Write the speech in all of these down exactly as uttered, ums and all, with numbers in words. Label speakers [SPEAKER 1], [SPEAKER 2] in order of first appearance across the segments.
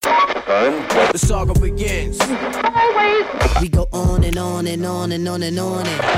[SPEAKER 1] The saga begins. Always. We go on and on and on and on and on and.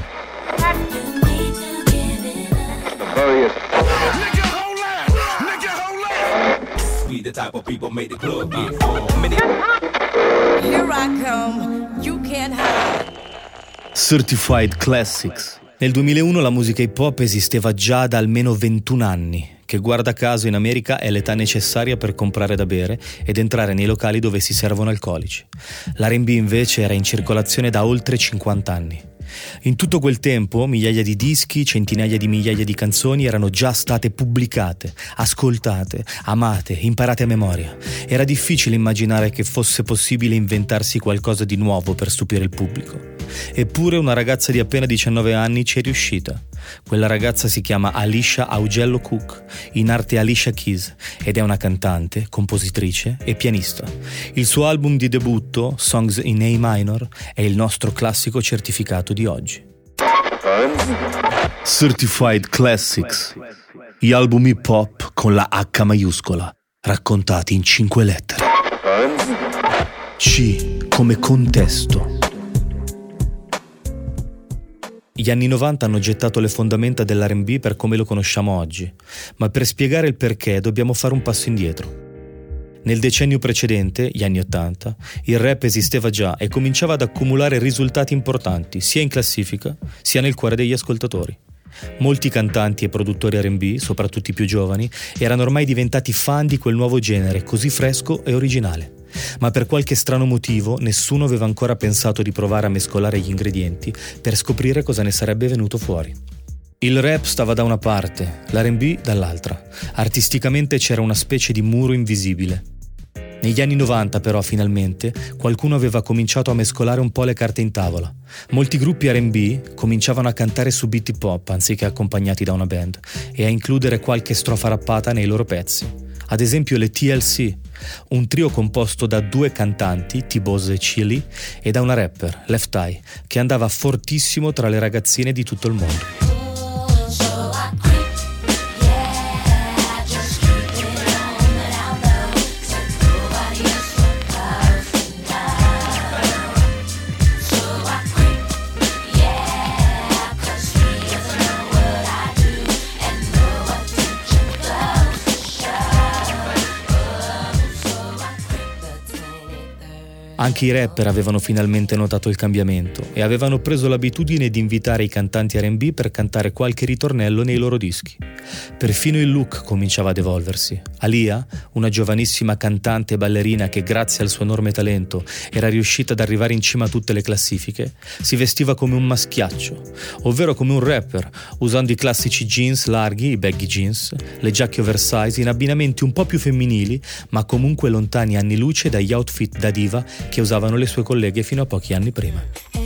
[SPEAKER 1] Nigga, hold up. Nigga, hold up. We the type of people made the club get full. Here I come. You can't hide.
[SPEAKER 2] Certified Classics. Nel duemilauno la musica hip hop esisteva già da almeno ventuno anni, che guarda caso in America è l'età necessaria per comprare da bere ed entrare nei locali dove si servono alcolici. L'R and B invece era in circolazione da oltre cinquanta anni. In tutto quel tempo migliaia di dischi, centinaia di migliaia di canzoni erano già state pubblicate, ascoltate, amate, imparate a memoria. Era difficile immaginare che fosse possibile inventarsi qualcosa di nuovo per stupire il pubblico. Eppure una ragazza di appena diciannove anni ci è riuscita. Quella ragazza si chiama Alicia Augello Cook, in arte Alicia Keys, ed è una cantante, compositrice e pianista. Il suo album di debutto, Songs in A minor, è il nostro classico certificato di oggi. Certified Classics, gli album hip hop con la H maiuscola, raccontati in cinque lettere. C come contesto. Gli anni novanta hanno gettato le fondamenta dell'R and B per come lo conosciamo oggi, ma per spiegare il perché dobbiamo fare un passo indietro. Nel decennio precedente, gli anni ottanta, il rap esisteva già e cominciava ad accumulare risultati importanti sia in classifica sia nel cuore degli ascoltatori. Molti cantanti e produttori R and B, soprattutto i più giovani, erano ormai diventati fan di quel nuovo genere così fresco e originale. Ma per qualche strano motivo nessuno aveva ancora pensato di provare a mescolare gli ingredienti per scoprire cosa ne sarebbe venuto fuori. Il rap stava da una parte, l'R and B dall'altra. Artisticamente c'era una specie di muro invisibile. Negli anni novanta però finalmente qualcuno aveva cominciato a mescolare un po' le carte in tavola. Molti gruppi R and B cominciavano a cantare su beat hip hop anziché accompagnati da una band e a includere qualche strofa rappata nei loro pezzi. Ad esempio le T L C, un trio composto da due cantanti, T-Boz e Chili, e da una rapper, Left Eye, che andava fortissimo tra le ragazzine di tutto il mondo. Anche i rapper avevano finalmente notato il cambiamento e avevano preso l'abitudine di invitare i cantanti R and B per cantare qualche ritornello nei loro dischi. Perfino il look cominciava ad evolversi. Aaliyah, una giovanissima cantante e ballerina che grazie al suo enorme talento era riuscita ad arrivare in cima a tutte le classifiche, si vestiva come un maschiaccio, ovvero come un rapper, usando i classici jeans larghi, i baggy jeans, le giacche oversize in abbinamenti un po' più femminili, ma comunque lontani anni luce dagli outfit da diva che usavano le sue colleghe fino a pochi anni prima.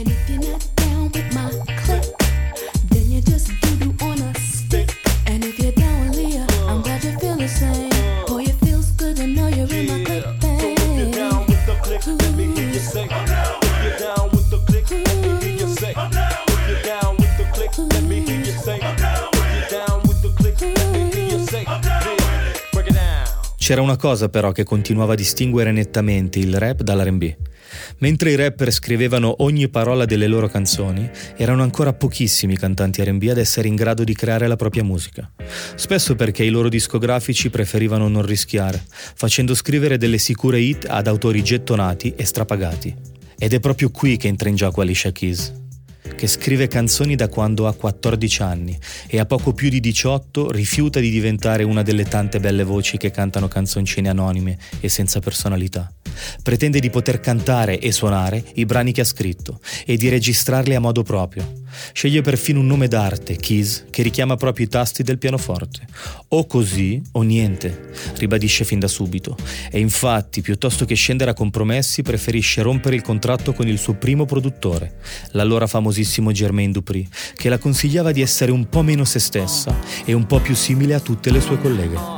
[SPEAKER 2] C'era una cosa però che continuava a distinguere nettamente il rap dall'R and B. Mentre i rapper scrivevano ogni parola delle loro canzoni, erano ancora pochissimi i cantanti R and B ad essere in grado di creare la propria musica. Spesso perché i loro discografici preferivano non rischiare, facendo scrivere delle sicure hit ad autori gettonati e strapagati. Ed è proprio qui che entra in gioco Alicia Keys, che scrive canzoni da quando ha quattordici anni e a poco più di diciotto rifiuta di diventare una delle tante belle voci che cantano canzoncine anonime e senza personalità. Pretende di poter cantare e suonare i brani che ha scritto e di registrarli a modo proprio. Sceglie perfino un nome d'arte, Keys, che richiama proprio i tasti del pianoforte. O così o niente, ribadisce fin da subito. E infatti, piuttosto che scendere a compromessi, preferisce rompere il contratto con il suo primo produttore, l'allora famosissimo Jermaine Dupri, che la consigliava di essere un po' meno se stessa e un po' più simile a tutte le sue colleghe.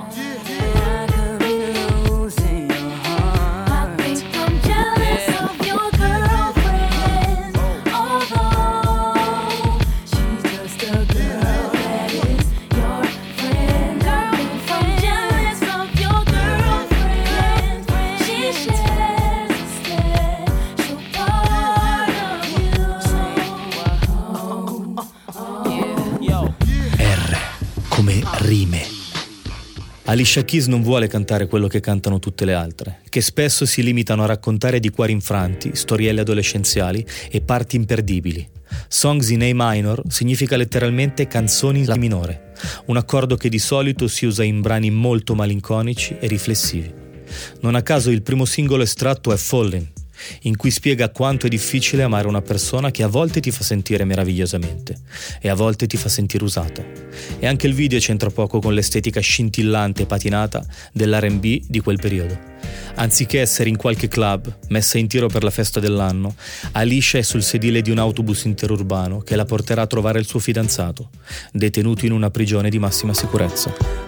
[SPEAKER 2] Come rime. Alicia Keys non vuole cantare quello che cantano tutte le altre, che spesso si limitano a raccontare di cuori infranti, storielle adolescenziali e parti imperdibili. Songs in A minor significa letteralmente canzoni in La minore, un accordo che di solito si usa in brani molto malinconici e riflessivi. Non a caso il primo singolo estratto è Falling, in cui spiega quanto è difficile amare una persona che a volte ti fa sentire meravigliosamente e a volte ti fa sentire usata. E anche il video c'entra poco con l'estetica scintillante e patinata dell'R and B di quel periodo. Anziché essere in qualche club, messa in tiro per la festa dell'anno, Alicia è sul sedile di un autobus interurbano che la porterà a trovare il suo fidanzato, detenuto in una prigione di massima sicurezza.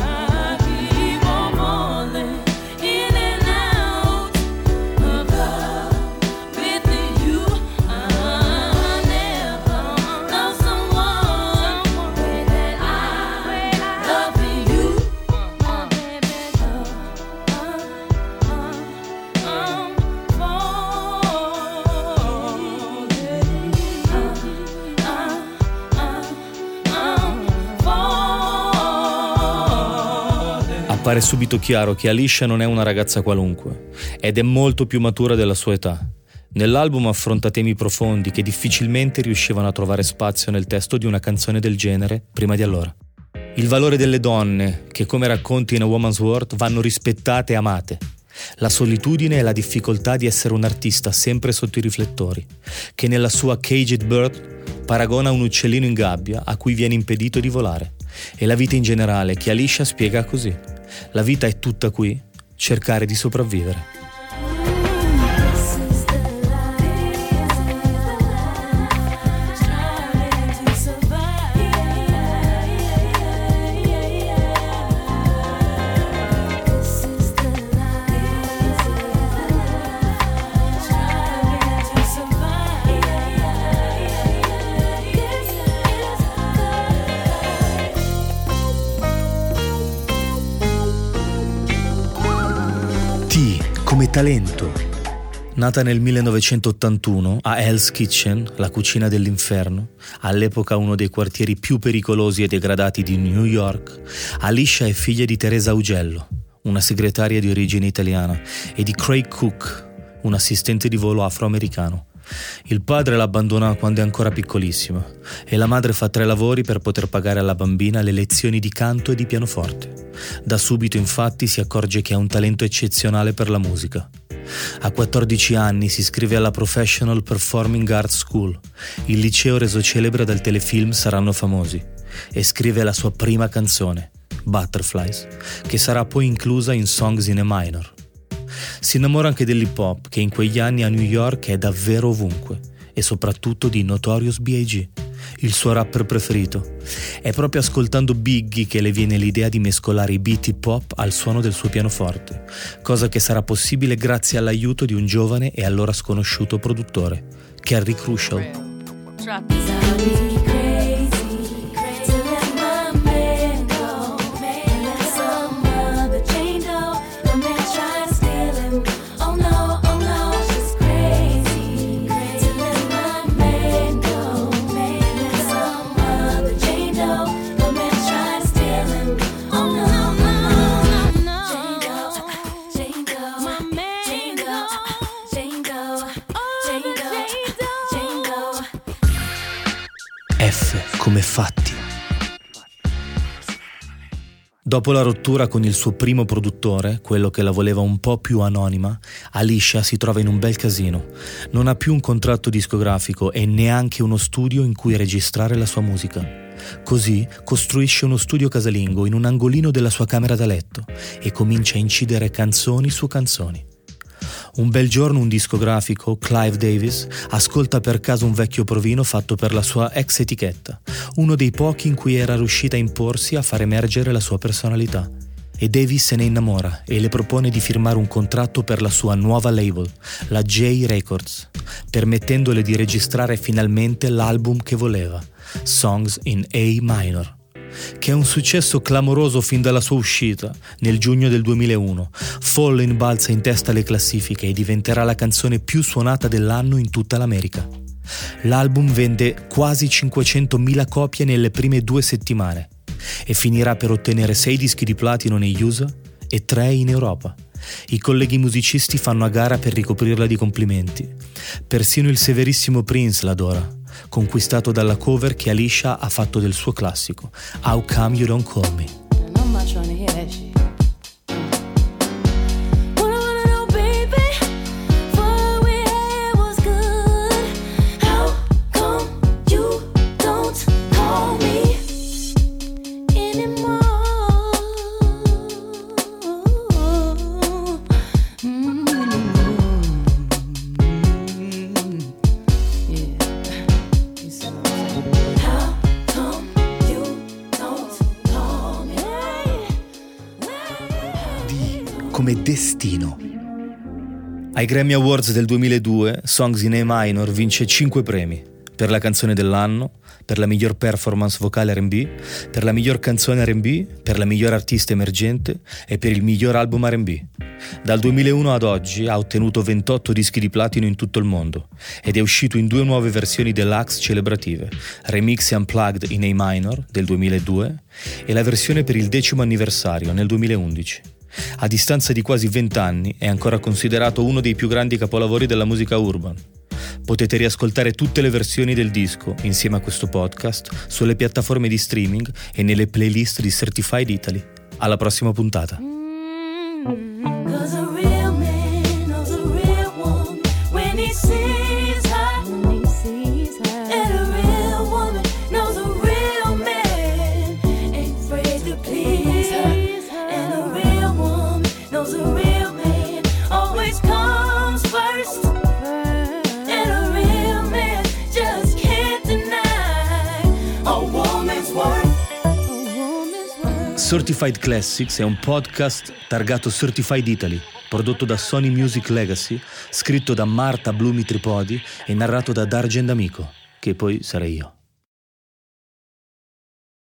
[SPEAKER 2] Appare subito chiaro che Alicia non è una ragazza qualunque ed è molto più matura della sua età. Nell'album affronta temi profondi che difficilmente riuscivano a trovare spazio nel testo di una canzone del genere prima di allora. Il valore delle donne, che come racconti in A Woman's World vanno rispettate e amate. La solitudine e la difficoltà di essere un artista sempre sotto i riflettori, che nella sua Caged Bird paragona un uccellino in gabbia a cui viene impedito di volare. E la vita in generale, che Alicia spiega così. La vita è tutta qui, cercare di sopravvivere. Come talento. Nata nel millenovecentottantuno a Hell's Kitchen, la cucina dell'inferno, all'epoca uno dei quartieri più pericolosi e degradati di New York, Alicia è figlia di Teresa Augello, una segretaria di origine italiana, e di Craig Cook, un assistente di volo afroamericano. Il padre l'abbandona quando è ancora piccolissima e la madre fa tre lavori per poter pagare alla bambina le lezioni di canto e di pianoforte. Da subito infatti si accorge che ha un talento eccezionale per la musica. A quattordici anni si iscrive alla Professional Performing Arts School, il liceo reso celebre dal telefilm Saranno famosi, e scrive la sua prima canzone, Butterflies, che sarà poi inclusa in Songs in A minor. Si innamora anche dell'hip hop, che in quegli anni a New York è davvero ovunque, e soprattutto di Notorious B I G, il suo rapper preferito. È proprio ascoltando Biggie che le viene l'idea di mescolare i beat hip hop al suono del suo pianoforte, cosa che sarà possibile grazie all'aiuto di un giovane e allora sconosciuto produttore, Kerry Crucial. F come fatti. Dopo la rottura con il suo primo produttore, quello che la voleva un po' più anonima, Alicia si trova in un bel casino. Non ha più un contratto discografico e neanche uno studio in cui registrare la sua musica. Così costruisce uno studio casalingo in un angolino della sua camera da letto e comincia a incidere canzoni su canzoni. Un bel giorno un discografico, Clive Davis, ascolta per caso un vecchio provino fatto per la sua ex etichetta, uno dei pochi in cui era riuscita a imporsi a far emergere la sua personalità. E Davis se ne innamora e le propone di firmare un contratto per la sua nuova label, la J Records, permettendole di registrare finalmente l'album che voleva, Songs in A minor. che è un successo clamoroso fin dalla sua uscita, nel giugno del duemilauno. Fallen balza in testa alle classifiche e diventerà la canzone più suonata dell'anno in tutta l'America. L'album vende quasi cinquecentomila copie nelle prime due settimane e finirà per ottenere sei dischi di platino negli U S A e tre in Europa. I colleghi musicisti fanno a gara per ricoprirla di complimenti. Persino il severissimo Prince l'adora, conquistato dalla cover che Alicia ha fatto del suo classico How Come You Don't Call Me.
[SPEAKER 3] I'm not trying to hear that shit.
[SPEAKER 2] Come destino. Ai Grammy Awards del duemiladue, Songs in A Minor vince cinque premi: per la canzone dell'anno, per la miglior performance vocale R and B, per la miglior canzone R and B, per la miglior artista emergente e per il miglior album R and B. Dal duemilauno ad oggi ha ottenuto ventotto dischi di platino in tutto il mondo ed è uscito in due nuove versioni deluxe celebrative, Remix e Unplugged in A Minor del duemiladue e la versione per il decimo anniversario nel duemilaundici. A distanza di quasi vent'anni è ancora considerato uno dei più grandi capolavori della musica urban. Potete riascoltare tutte le versioni del disco insieme a questo podcast sulle piattaforme di streaming e nelle playlist di Certified Italy. Alla prossima puntata. Certified Classics è un podcast targato Certified Italy, prodotto da Sony Music Legacy, scritto da Marta Blumi Tripodi e narrato da Dargen D'Amico, che poi sarei io.